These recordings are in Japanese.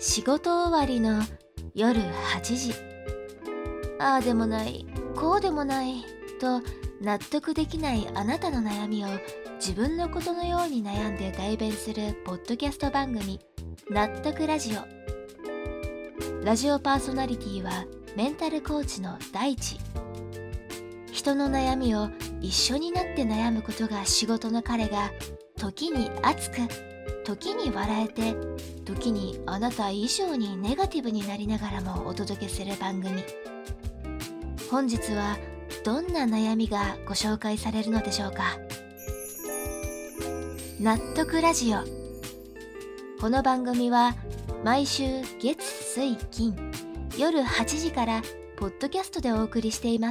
仕事終わりの夜8時。ああでもない、こうでもないと納得できないあなたの悩みを自分のことのように悩んで代弁するポッドキャスト番組、納得ラジオ。ラジオパーソナリティはメンタルコーチの大地。人の悩みを一緒になって悩むことが仕事の彼が、時に熱く、時に笑えて、時にあなた以上にネガティブになりながらもお届けする番組。本日はどんな悩みがご紹介されるのでしょうか。納得ラジオ。この番組は毎週月水金夜8時からポッドキャストでお送りしています。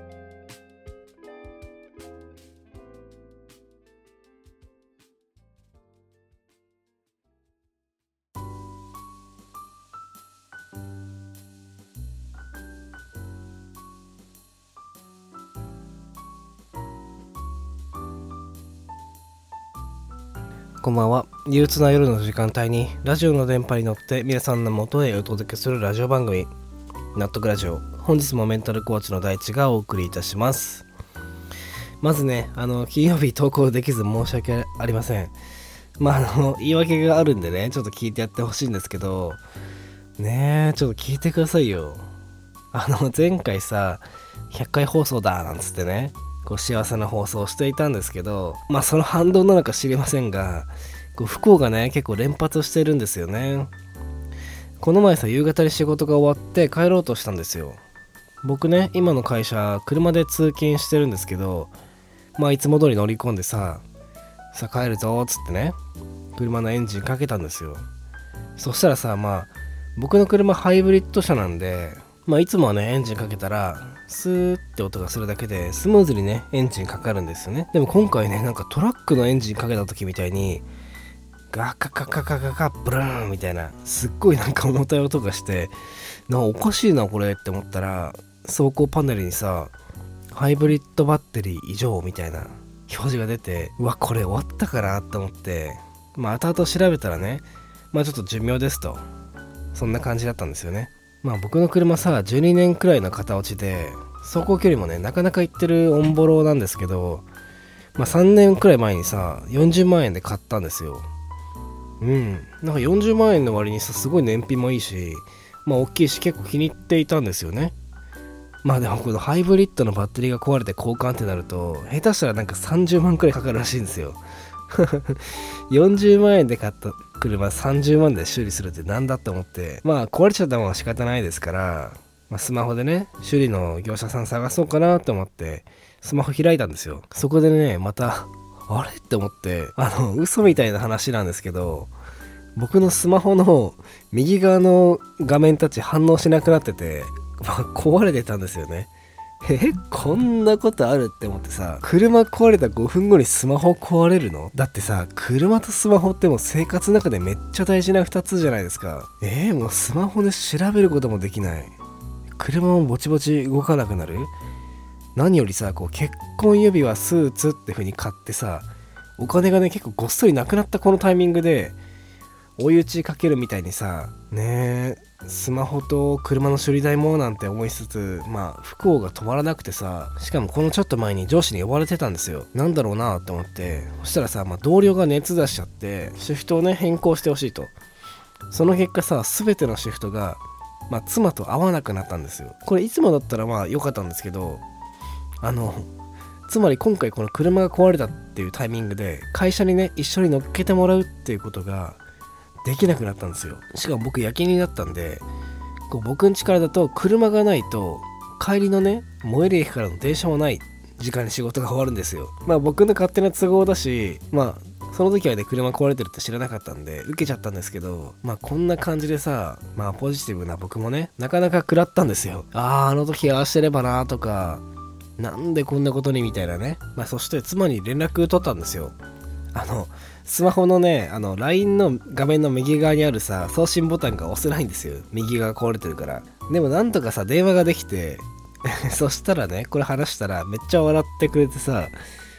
こんばんは。憂鬱な夜の時間帯にラジオの電波に乗って皆さんの元へお届けするラジオ番組、納得ラジオ。本日もメンタルコーチの大地がお送りいたします。まずね、金曜日投稿できず申し訳ありません。言い訳があるんでね、ちょっと聞いてやってほしいんですけどね、ちょっと聞いてくださいよ。前回さ、100回放送だなんつってね、こう幸せな放送をしていたんですけど、その反動なのか知りませんが、不幸がね結構連発してるんですよね。この前さ、夕方に仕事が終わって帰ろうとしたんですよ。僕ね、今の会社車で通勤してるんですけど、いつも通り乗り込んでさ帰るぞっつってね、車のエンジンかけたんですよ。そしたらさ、僕の車ハイブリッド車なんで、いつもはねエンジンかけたらスーって音がするだけでスムーズにねエンジンかかるんですよね。でも今回ね、なんかトラックのエンジンかけた時みたいにガカカカカカカブルーンみたいな、すっごいなんか重たい音がして、おかしいなこれって思ったら、走行パネルにさ、ハイブリッドバッテリー異常みたいな表示が出て、うわこれ終わったかなって思って、後々調べたらね、ちょっと寿命ですと、そんな感じだったんですよね。僕の車さ、12年くらいの型落ちで、走行距離もねなかなか行ってるオンボロなんですけど、3年くらい前にさ40万円で買ったんですよ。なんか40万円の割にさ、すごい燃費もいいし、大きいし結構気に入っていたんですよね。でもこのハイブリッドのバッテリーが壊れて交換ってなると、下手したらなんか30万くらいかかるらしいんですよ。40万円で買った車30万で修理するってなんだって思って、壊れちゃったものは仕方ないですから、スマホでね修理の業者さん探そうかなと思ってスマホ開いたんですよ。そこでね、またあれって思って、嘘みたいな話なんですけど、僕のスマホの右側の画面タッチ反応しなくなってて、壊れてたんですよね。こんなことあるって思ってさ、車壊れた5分後にスマホ壊れるの？だってさ、車とスマホってもう生活の中でめっちゃ大事な2つじゃないですか。もうスマホで調べることもできない。車もぼちぼち動かなくなる。何よりさ、結婚指輪スーツって風に買ってさ、お金がね結構ごっそりなくなったこのタイミングで追い打ちかけるみたいにさ、スマホと車の修理代もなんて思いつつ、不幸が止まらなくてさ、しかもこのちょっと前に上司に呼ばれてたんですよ。なんだろうなと思って、そしたらさ、同僚が熱出しちゃってシフトをね変更してほしいと。その結果さ、全てのシフトが妻と合わなくなったんですよ。これいつもだったら良かったんですけど、つまり今回この車が壊れたっていうタイミングで会社にね一緒に乗っけてもらうっていうことができなくなったんですよ。しかも僕夜勤だったんで、僕ん家からだと車がないと帰りのね最寄り駅からの電車もない時間に仕事が終わるんですよ。僕の勝手な都合だし、その時はね車壊れてるって知らなかったんで受けちゃったんですけど、こんな感じでさ、ポジティブな僕もねなかなか食らったんですよ。あの時ああしてればなとか、なんでこんなことにみたいなね。そして妻に連絡取ったんですよ。スマホのねLINE の画面の右側にあるさ送信ボタンが押せないんですよ、右側壊れてるから。でもなんとかさ電話ができてそしたらね、これ話したらめっちゃ笑ってくれてさ、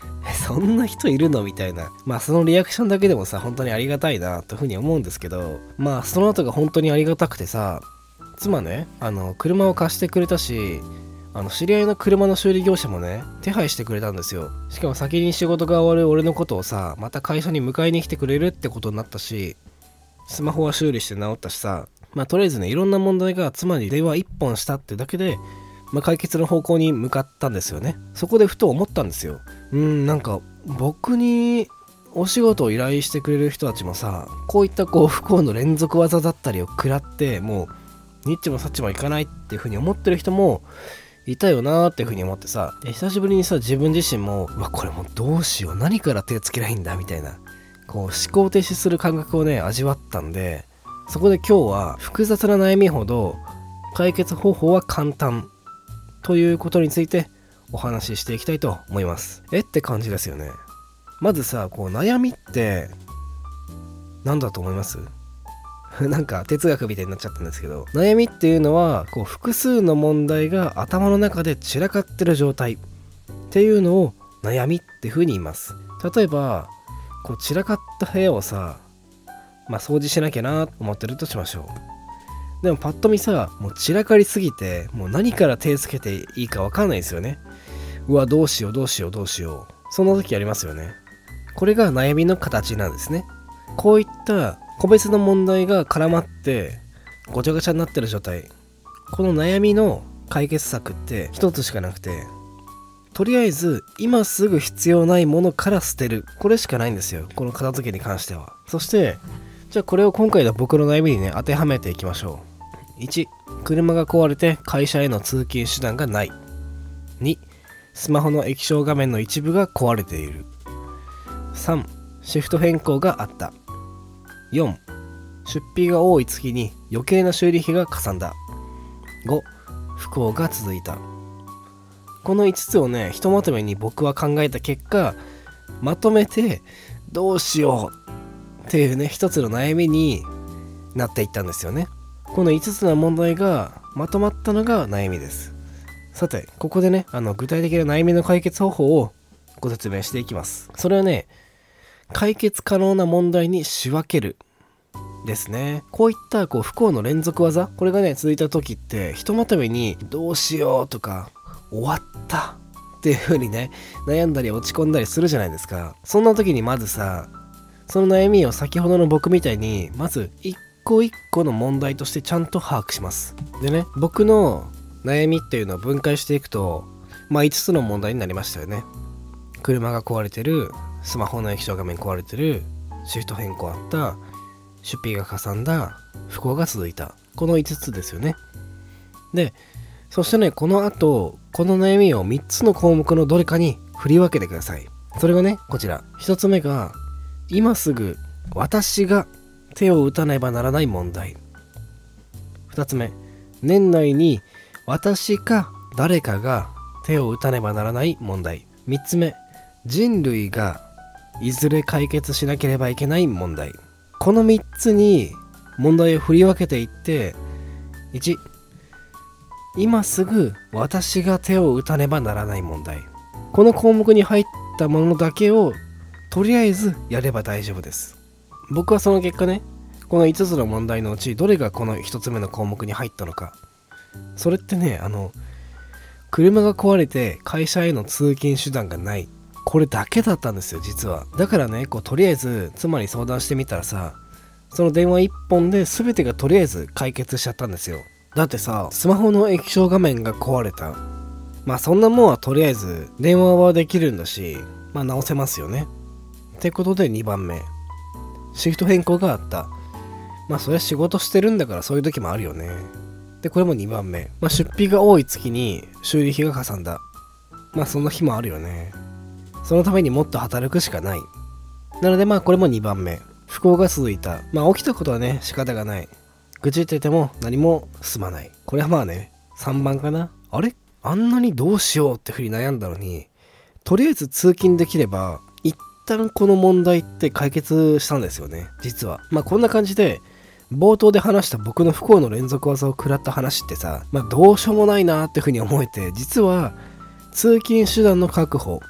そんな人いるのみたいな。まあそのリアクションだけでもさ、本当にありがたいなというふうに思うんですけど、まあその後が本当にありがたくてさ、妻ね、車を貸してくれたし、知り合いの車の修理業者もね、手配してくれたんですよ。しかも先に仕事が終わる俺のことをさ、また会社に迎えに来てくれるってことになったし、スマホは修理して直ったしさ、まあとりあえずね、いろんな問題が妻に電話1本したってだけで、まあ、解決の方向に向かったんですよね。そこでふと思ったんですよ。なんか僕にお仕事を依頼してくれる人たちもさ、こういった不幸の連続技だったりを食らって、もうニッチもサッチもいかないっていう風に思ってる人もいたよなーっていう風に思ってさ、久しぶりにさ、自分自身もこれもうどうしよう、何から手つけないんだみたいな、思考停止する感覚をね味わったんで、そこで今日は複雑な悩みほど解決方法は簡単ということについてお話ししていきたいと思います。って感じですよね。まずさ、悩みって何だと思います？なんか哲学みたいになっちゃったんですけど、悩みっていうのは複数の問題が頭の中で散らかってる状態っていうのを悩みっていう風に言います。例えば散らかった部屋をさ、掃除しなきゃなと思ってるとしましょう。でもパッと見さ、もう散らかりすぎて、もう何から手つけていいか分かんないですよね。うわ、どうしよう。そんな時ありますよね。これが悩みの形なんですね。こういった個別の問題が絡まってごちゃごちゃになってる状態、この悩みの解決策って一つしかなくて、とりあえず今すぐ必要ないものから捨てる、これしかないんですよ、この片付けに関しては。そしてじゃあこれを今回の僕の悩みにね当てはめていきましょう。1、車が壊れて会社への通勤手段がない。2、スマホの液晶画面の一部が壊れている。3、シフト変更があった。4、出費が多い月に余計な修理費がかさんだ。5、不幸が続いた。この5つをね、ひとまとめに僕は考えた結果、まとめてどうしようっていうね、一つの悩みになっていったんですよね。この5つの問題がまとまったのが悩みです。さて、ここでね、具体的な悩みの解決方法をご説明していきます。それはね、解決可能な問題に仕分けるですね。こういった不幸の連続技、これがね続いた時って、ひとまとめにどうしようとか終わったっていう風にね悩んだり落ち込んだりするじゃないですか。そんな時にまずさ、その悩みを先ほどの僕みたいにまず一個一個の問題としてちゃんと把握します。でね、僕の悩みっていうのを分解していくと、5つの問題になりましたよね。車が壊れてる、スマホの液晶画面壊れてる、シフト変更あった、出費がかさんだ、不幸が続いた。この5つですよね。で、そしてね、この後この悩みを3つの項目のどれかに振り分けてください。それがね、こちら。1つ目が今すぐ私が手を打たねばならない問題。2つ目、年内に私か誰かが手を打たねばならない問題。3つ目、人類がいずれ解決しなければいけない問題。この3つに問題を振り分けていって、1、今すぐ私が手を打たねばならない問題。この項目に入ったものだけをとりあえずやれば大丈夫です。僕はその結果ね、この5つの問題のうちどれがこの1つ目の項目に入ったのか、それってね、車が壊れて会社への通勤手段がない、これだけだったんですよ、実は。だからね、とりあえず妻に相談してみたらさ、その電話1本で全てがとりあえず解決しちゃったんですよ。だってさ、スマホの液晶画面が壊れた、そんなもんはとりあえず電話はできるんだし、直せますよねってことで、2番目、シフト変更があった。それは仕事してるんだからそういう時もあるよね。で、これも2番目、出費が多い月に修理費がかさんだ。そんな日もあるよね。そのためにもっと働くしかない。なのでこれも2番目、不幸が続いた。起きたことはね仕方がない。愚痴ってても何も進まない。これは3番かな。あれ、あんなにどうしようってふうに悩んだのに、とりあえず通勤できれば一旦この問題って解決したんですよね、実は。こんな感じで冒頭で話した僕の不幸の連続技を食らった話ってさ、どうしようもないなってふうに思えて、実は通勤手段の確保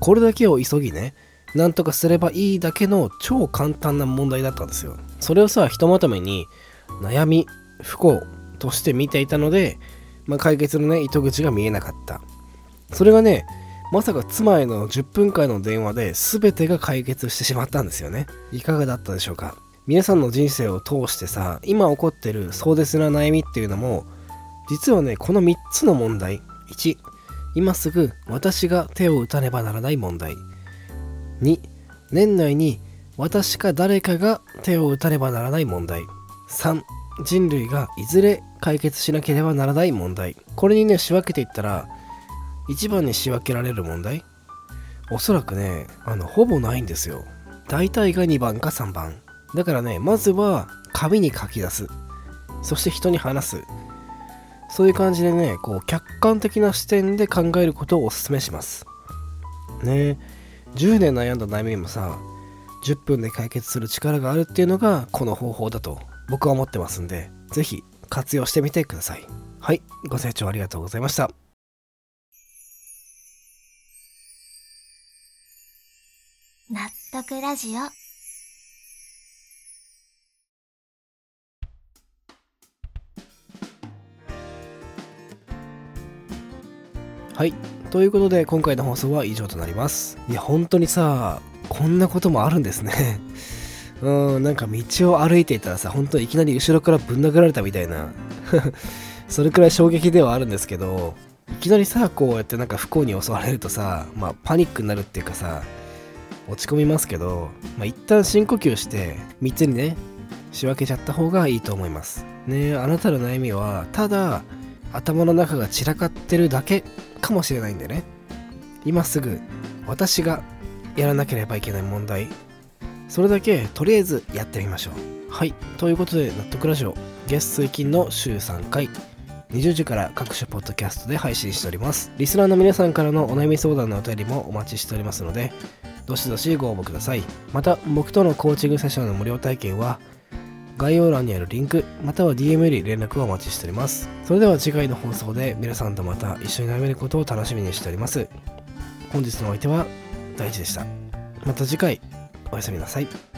これだけを急ぎねなんとかすればいいだけの超簡単な問題だったんですよ。それをさひとまとめに悩み不幸として見ていたので、解決のね糸口が見えなかった。それがねまさか妻への10分間の電話で全てが解決してしまったんですよね。いかがだったでしょうか。皆さんの人生を通してさ今起こってる壮絶な悩みっていうのも実はねこの3つの問題。1、今すぐ私が手を打たねばならない問題。2、年内に私か誰かが手を打たねばならない問題。3、人類がいずれ解決しなければならない問題。これにね仕分けていったら一番に仕分けられる問題おそらくねほぼないんですよ。大体が2番か3番だからね、まずは紙に書き出す、そして人に話す、そういう感じでねこう客観的な視点で考えることをお勧めしますね。10年悩んだ悩みもさ10分で解決する力があるっていうのがこの方法だと僕は思ってますんで、ぜひ活用してみてください。はい、ご清聴ありがとうございました。 納得ラジオ。 はい、ということで今回の放送は以上となります。いや本当にさこんなこともあるんですねなんか道を歩いていたらさ本当にいきなり後ろからぶん殴られたみたいなそれくらい衝撃ではあるんですけど、いきなりさこうやってなんか不幸に襲われるとさパニックになるっていうかさ落ち込みますけど、一旦深呼吸して3つにね仕分けちゃった方がいいと思いますね。あなたの悩みはただ頭の中が散らかってるだけかもしれないんでね、今すぐ私がやらなければいけない問題、それだけとりあえずやってみましょう。はい、ということで納得ラジオ月水金の週3回20時から各種ポッドキャストで配信しております。リスナーの皆さんからのお悩み相談のお便りもお待ちしておりますのでどしどしご応募ください。また僕とのコーチングセッションの無料体験は概要欄にあるリンクまたは DM より連絡をお待ちしております。それでは次回の放送で皆さんとまた一緒に悩めることを楽しみにしております。本日のお相手は大地でした。また次回おやすみなさい。